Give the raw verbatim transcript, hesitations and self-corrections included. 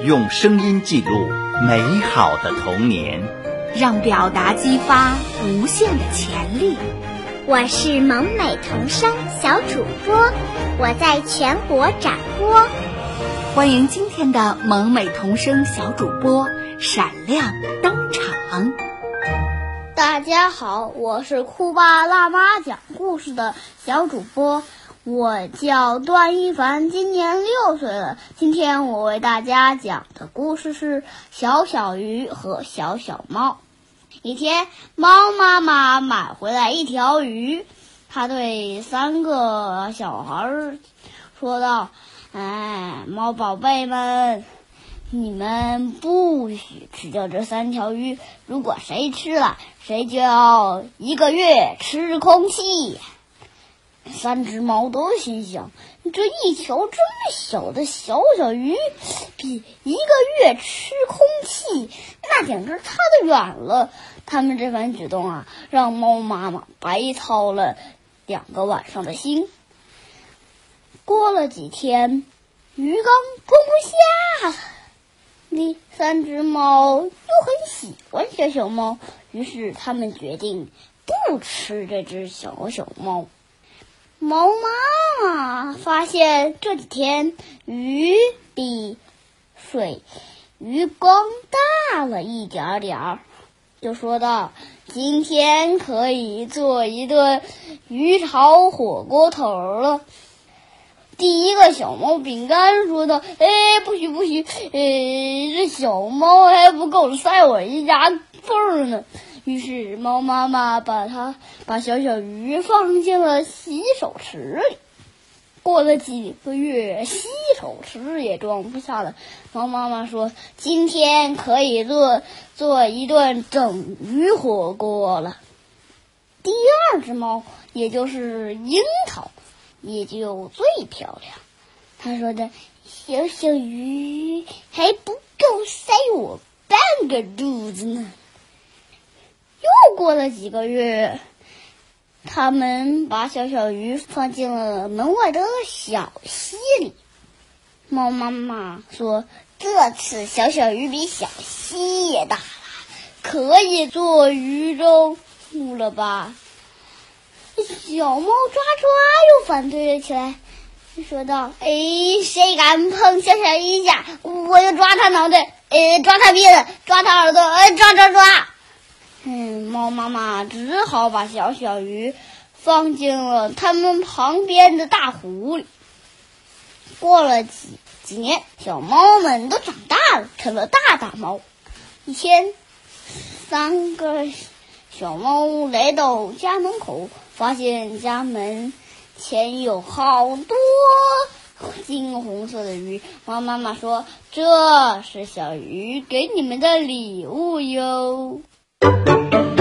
用声音记录美好的童年， 让表达激发无限的潜力。 我是萌美童声小主播，我在全国展播。 欢迎今天的萌美童声小主播闪亮登场。 大家好，我是酷爸辣妈讲故事的小主播，我叫段一凡，今年六岁了。今天我为大家讲的故事是小小鱼和小小猫。一天，猫妈妈买回来一条鱼，她对三个小孩说道：哎，猫宝贝们，你们不许吃掉这三条鱼，如果谁吃了，谁就要一个月吃空气。三只猫都心想，这一条这么小的小小鱼，比一个月吃空气那简直差得远了。他们这番举动啊，让猫妈妈白操了两个晚上的心。过了几天，鱼缸装不下了，那三只猫又很喜欢小小猫，于是他们决定不吃这只小小猫。猫妈妈发现这几天鱼比水鱼缸大了一点点，就说道：今天可以做一顿鱼炒火锅头了。第一个小猫饼干说道：哎，不许不许，哎，这小猫还不够塞我一牙缝呢。于是猫妈妈把它把小小鱼放进了洗手池里。过了几个月，洗手池也装不下了。猫妈妈说：今天可以做做一顿整鱼火锅了。第二只猫，也就是樱桃，也就最漂亮。他说的：小小鱼还不够塞我半个肚子呢。又过了几个月，他们把小小鱼放进了门外的小溪里。猫妈妈说：这次小小鱼比小溪也大了，可以做鱼粥了吧？小猫抓抓又反对了起来，说道：哎，谁敢碰小小鱼一下，我就抓他脑袋，呃，抓他鼻子，抓他耳朵，呃，抓抓抓。嗯，猫妈妈只好把小小鱼放进了他们旁边的大湖里。过了几几年，小猫们都长大了，成了大大猫。一天，三个小猫来到家门口，发现家门前有好多金红色的鱼。猫妈妈说：这是小鱼给你们的礼物哟。